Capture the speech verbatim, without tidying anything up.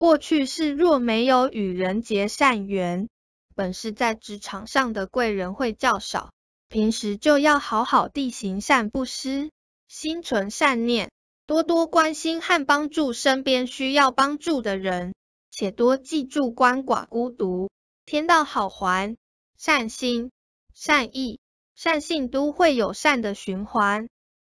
过去是若没有与人结善缘，本是在职场上的贵人会较少，平时就要好好地行善布施，心存善念，多多关心和帮助身边需要帮助的人，且多记住鳏寡孤独，天道好还，善心、善意、善性都会有善的循环。